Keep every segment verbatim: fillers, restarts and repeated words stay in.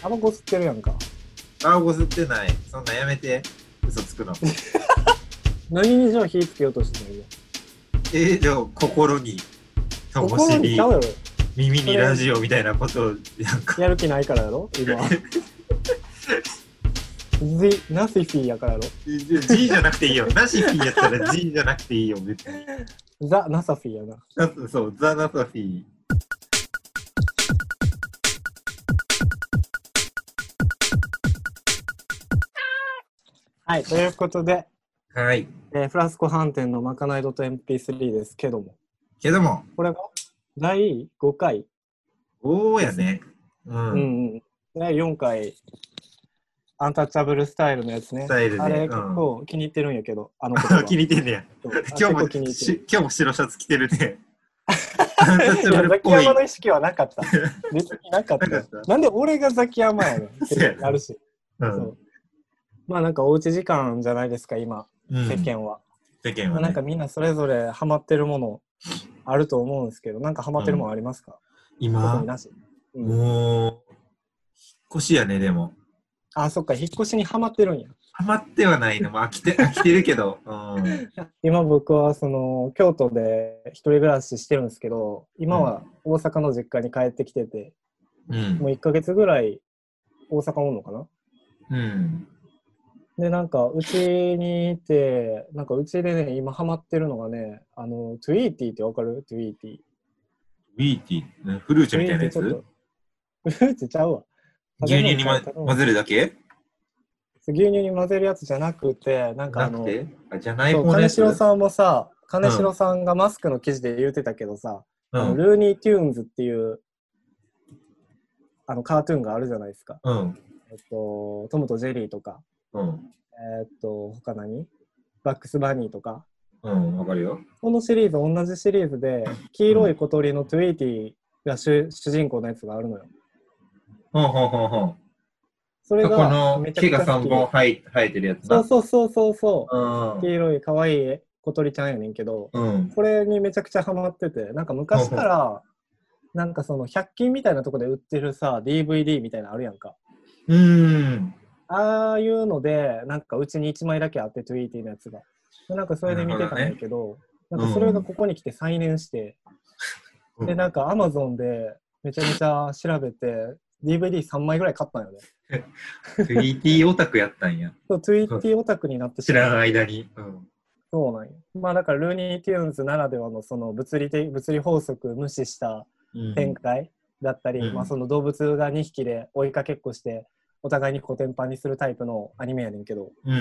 タバコ吸ってるやんか。 タバコ吸ってない。そんなやめて。嘘つくの。 何にじゃあ火つけようとしてるの？ えー、でも心に灯心火ににちゃうやろ。 耳にラジオみたいなことをなんかやる気ないからやろ今。The ナシフィーやからやろ。 G じゃなくていいよ。ナシフィーやったら G じゃなくていいよ別に。 ザ・ナサフィーやな。 なそうザ・ナサフィー。 はい、ということで、 はい。 えーフラスコ飯店のまかない .エムピースリー ですけども、 けどもこれがだいごかい、 おーやね。うん。 うんうん、だいよんかい、アンタッチャブルスタイルのやつね。 スタイルであれうん結構気に入ってるんやけど、あの言葉。 気に入ってんねや。 そう今日もあ結構気に入ってる。 し今日も白シャツ着てるね。 いやザキヤマの意識はなかった。別になかった。 なかったなんで俺がザキヤマやねん。 そうやなあるし。 うんそうまあなんかおうち時間じゃないですか、今、 うん世間は。 世間はね。 まあなんかみんなそれぞれハマってるものあると思うんですけど、なんかハマってるものありますか？特に今なし。うん、 もう引っ越しやね。でもあ、そっか、引っ越しにハマってるんや。 ハマってはないの。まあ飽きて飽きてるけど。うん。 今僕はその京都で一人暮らししてるんですけど、今は大阪の実家に帰ってきてて、 うんもういっかげつぐらい大阪おんのかな。 うん。 で、なんかうちにいて、なんかうちでね、今ハマってるのがね、あの、トゥイーティーってわかる？トゥイーティー。 ウィーティー、フルーチェみたいなやつ？ トゥイーティーちょっとフルーツちゃうわ。 牛乳に、ま、 食べ物混ぜるだけ？ 牛乳に混ぜるやつじゃなくて、なんかあの、 なくてあじゃないそう方のやつ？ 金城さんもさ、金城さんがマスクの記事で言ってたけどさ、うん、あのルーニー・テューンズっていうあのカートゥーンがあるじゃないですか。 うん。 えっと、トムとジェリーとか、 うん。 えっと、他何？バックスバニーとか。 うん、わかるよ。 このシリーズ、同じシリーズで、黄色い小鳥のトゥイーティーが主、主人公のやつがあるのよ。 ほんほんほんほん。 それがめちゃくちゃ好きで、毛がさんぼん生え、生えてるやつな。そうそうそうそうそう、 うん、 黄色い可愛い小鳥ちゃんやねんけど、 うん、 これにめちゃくちゃハマってて、なんか昔から、なんかそのひゃく均みたいなとこで売ってるさ、ディーブイディー みたいなのあるやんか。 うん。 ああいうので、なんかうちにいちまいだけあって、トゥイーティーのやつが。なんかそれで見てたんだけど、な, ね、なんかそれがここに来て再燃して、うん、で、なんか Amazon でめちゃめちゃ調べて、ディーブイディーさん 枚ぐらい買ったんよね。 トゥイーティー オタクやったんや。 そう、トゥイーティー オタクになって知らん間に。うん、 そうなんや。まあだからルーニー・テューンズならではのその物理的、物理法則無視した展開だったり、うん、まあその動物がにひきで追いかけっこして、お互いにコテンパンにするタイプのアニメやねんけど、 うん、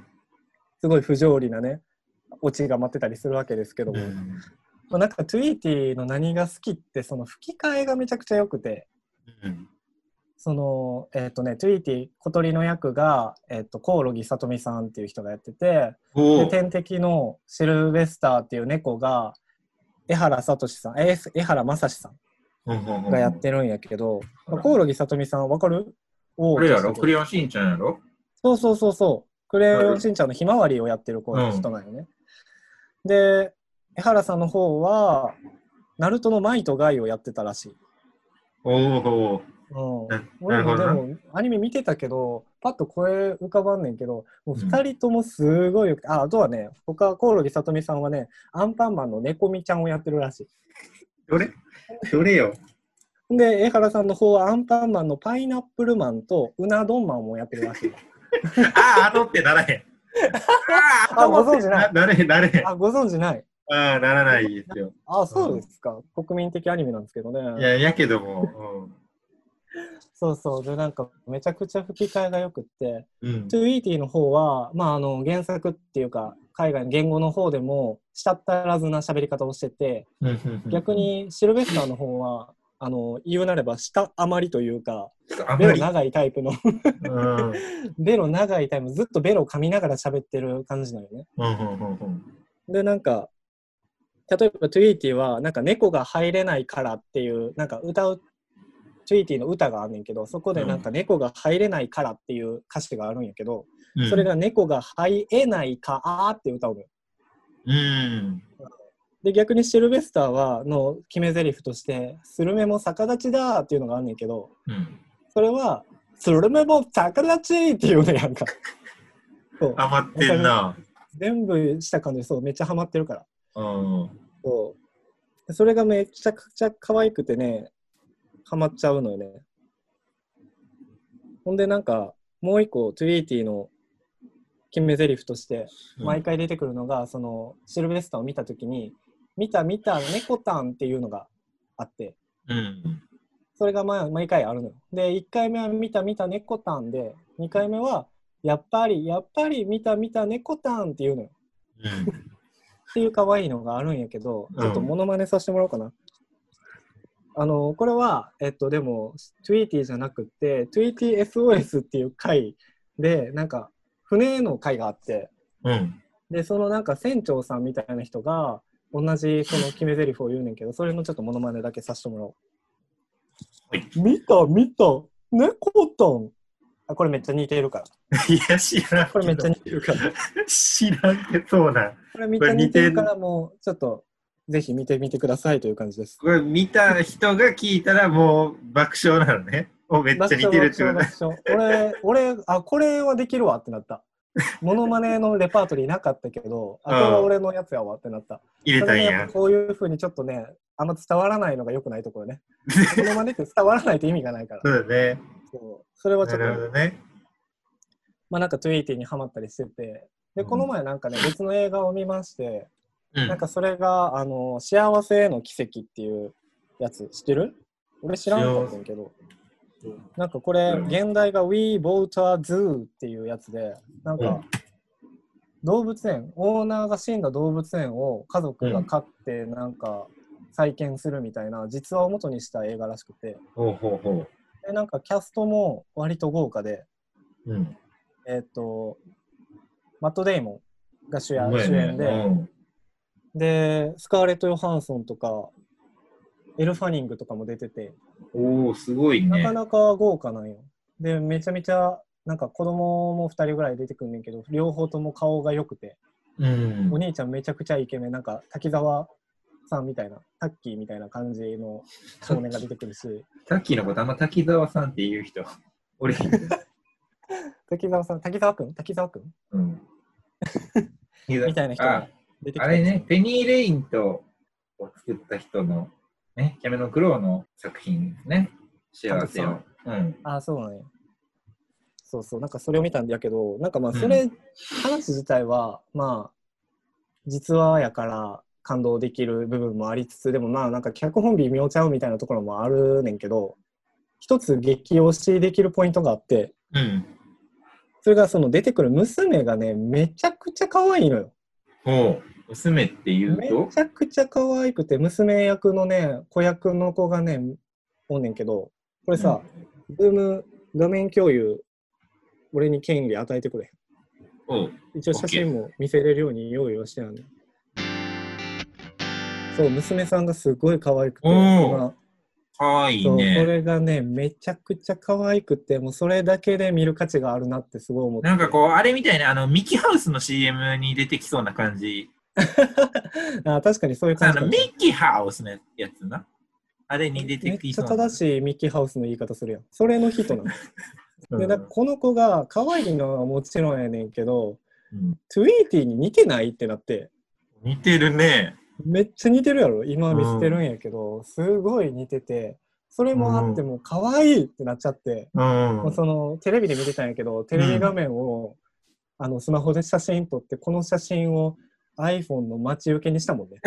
すごい不条理なね、オチが待ってたりするわけですけども、うんまあ、なんかトゥイーティーの何が好きってその吹き替えがめちゃくちゃ良くて、うん、そのえっ、ー、とねトゥイーティー小鳥の役が、えー、とコオロギさとみさんっていう人がやってて、で天敵のシルベスターっていう猫が江原聡さん、江原正史さんがやってるんやけど、まあ、コオロギさとみさんわかる？ おあれやろ？クレヨンしんちゃんやろ？ そうそうそうそう。クレヨンしんちゃんのひまわりをやってる子、うん、人なんよね。で、江原さんの方は、ナルトのマイとガイをやってたらしい。 おお。 うん、俺もでもアニメ見てたけど、パッと声浮かばんねんけど、もうふたりともすごいよくて、うん、あ、あとはね、他、コオロギさとみさんはね、アンパンマンの猫みちゃんをやってるらしい。 どれ？どれよ。 で、江原さんの方はアンパンマンのパイナップルマンとうな丼マンもやってるらしい。 ああ、あのってならへん。 あ、ご存知ない。 なれへん、なれへん。 あ、ご存知ない。 ああ、ならないですよ。 あ、そうですか、うん。国民的アニメなんですけどね。 いや、やけども。うん、 そうそう。で、なんか、めちゃくちゃ吹き替えがよくって、 うん、 トゥイーティーの方は、まあ、あの、原作っていうか、海外の言語の方でも、したったらずな喋り方をしてて、逆にシルベスターの方は、あの言うなれば下余りというかベロ長いタイプのうん、ベロ長いタイプずっとベロ噛みながら喋ってる感じなのよね、うんうんうんうん、でなんか例えばトゥイーティーはなんか猫が入れないからっていうなんか歌うトゥイーティーの歌があんねんけど、そこでなんか猫が入れないからっていう歌詞があるんやけど、うん、それが猫が入れないかーって歌うのよ、うんで逆にシルベスターはの決め台詞としてスルメも逆立ちだっていうのがあんねんけど、うん、それはスルメも逆立ちっていうのやんか。 そうハマってんな。 全部した感じでそうめっちゃハマってるから。 うん。 そうそれがめちゃくちゃ可愛くてね、ハマっちゃうのよね。ほんでなんかもう一個トゥイーティーの決め台詞として毎回出てくるのが、うん、そのシルベスターを見たときに見た見た猫タンっていうのがあって、 うん、 それが毎回あるのよ。でいっかいめは見た見た猫タンで、にかいめはやっぱりやっぱり見た見た猫タンっていうのよ、うん、っていう可愛いのがあるんやけど、ちょっとモノマネさせてもらおうかな、うん、あのこれはえっとでもトゥイーティーじゃなくてトゥイーティーエスオーエス っていう回でなんか船の回があって、 うん、 でそのなんか船長さんみたいな人が同じその決め台詞を言うねんけど、それのちょっとモノマネだけさせてもらおう。はい、見た見た猫タン。あ、これめっちゃ似てるから。 いや知らん。 これめっちゃ似てるから。 知らんけそうな。 これめっちゃ似てるからもうちょっとぜひ見てみてくださいという感じです。 これ見た人が聞いたらもう爆笑なのね。おめっちゃ似てるってこと。 俺俺あこれはできるわってなった。モノマネのレパートリーなかったけど、あこれは俺のやつやわってなった。 入れたんや。 こういう風にちょっとね、あんま伝わらないのが良くないところね。モノマネって伝わらないと意味がないから。 そうだね。 そうそれはちょっと、 なるほどね。 まあなんかトゥイーティーにハマったりしてて、でこの前なんかね、うん、別の映画を見まして、うん、なんかそれがあの幸せへの奇跡っていうやつ知ってる？俺知らんかったんやけど。なんかこれ現代が We Bought a Zoo っていうやつで、なんか動物園、オーナーが死んだ動物園を家族が飼ってなんか再建するみたいな実話を元にした映画らしくて、 ほうほうほう。 でなんかキャストも割と豪華で、 うん、 えっとマット・デイモンが主演、 ね、 主演で、うん、でスカーレット・ヨハンソンとかエル・ファニングとかも出てて、 おーすごいね。 なかなか豪華なんよ。でめちゃめちゃなんか子供もふたりぐらい出てくんねんけど、両方とも顔が良くて、 うん、 お兄ちゃんめちゃくちゃイケメン、なんか滝沢さんみたいな、タッキーみたいな感じの少年が出てくるしタッキーのことあんま滝沢さんっていう人俺滝沢さん、滝沢くん滝沢くん、 うん、 みたいな人が出てきた。 あれね、ペニー・レインとを作った人のね、キャメロン・クロウの作品ですね。幸せを。うん、 ああ、そうなんや。そうそう、なんかそれを見たんだけど、なんかまあそれ、うん、話自体はまあ実話やから感動できる部分もありつつ、でもまあなんか脚本微妙ちゃうみたいなところもあるねんけど、一つ激推しできるポイントがあって、 うん、 それがその出てくる娘がね、めちゃくちゃ可愛いのよ。 おう、娘っていうと？ めちゃくちゃ可愛くて、娘役のね、子役の子がね、おんねんけど、これさ、ズーム画面共有、俺に権利与えてくれ。 おう、 一応写真も見せれるように用意をしてあるね。そう、娘さんがすごい可愛くて、 お可愛いね。 そう、それがね、めちゃくちゃ可愛くて、もうそれだけで見る価値があるなってすごい思って。 なんかこう、あれみたいな、あの、ミキハウスの シーエム に出てきそうな感じ。 あ、確かにそういう感じ。 あのミッキーハウスのやつな。あれに出てきそうな。 めっちゃ正しいミッキーハウスの言い方するやん。それの人なの。うん、でだこの子が可愛いのはもちろんやねんけど、うん、トゥイーティーに似てないってなって。 似てるね。 めっちゃ似てるやろ。今見せてるんやけど、うん、すごい似てて、それもあっても可愛いってなっちゃって、うん、もうそのテレビで見てたんやけど、テレビ画面を、うん、あのスマホで写真撮って、この写真を iPhone の待ち受けにしたもんね。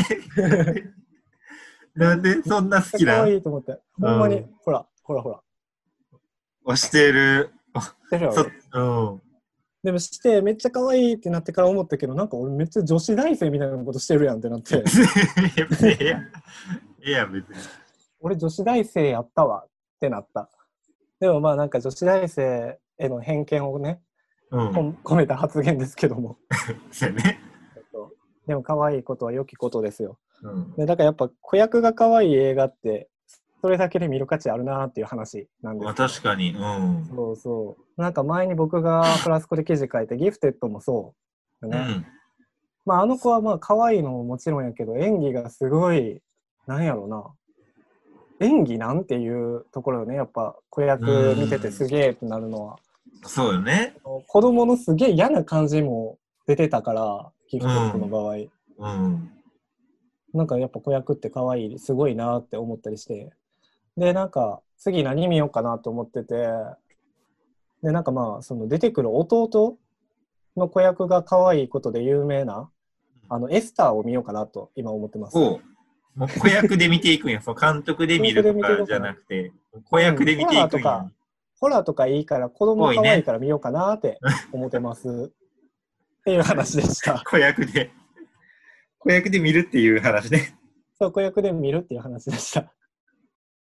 なんでそんな好きなの？ 可愛いと思って。ほんまに、うん、ほら、ほらほら。 押してる。 してるやろ。うん。でもして、めっちゃ可愛いってなってから思ったけど、なんか俺めっちゃ女子大生みたいなことしてるやんってなって。 いや、いや別に。 俺女子大生やったわってなった。でもまあなんか女子大生への偏見をね、うん、込めた発言ですけども。 そうね。 でも可愛いことは良きことですよ。 うん、 でだからやっぱ子役が可愛い映画ってそれだけで見る価値あるなっていう話なんです。 まあ確かに、うん。 そうそう。なんか前に僕がフラスコで記事書いてギフテッドもそうだね。うん、まああの子はまあ可愛いのももちろんやけど演技がすごいなんやろうな。 演技なんていうところよね、やっぱ子役見ててすげえってなるのは。 そうよね。 子供のすげえ嫌な感じも出てたから、ギフトップの場合。 うん。うん、 なんかやっぱ子役って可愛い、すごいなって思ったりして。で、なんか次何見ようかなと思ってて、で、なんかまあ、その出てくる弟の子役が可愛いことで有名な、あの、エスターを見ようかなと今思ってます。 おう。もう子役で見ていくんや。その監督で見るとかじゃなくて、子役で見ていくんや。うん、 ホラーとかいいから、子供可愛いから見ようかなって思ってます。ね、っていう話でした。 子役で。子役で見るっていう話ね。 そう、子役で見るっていう話でした。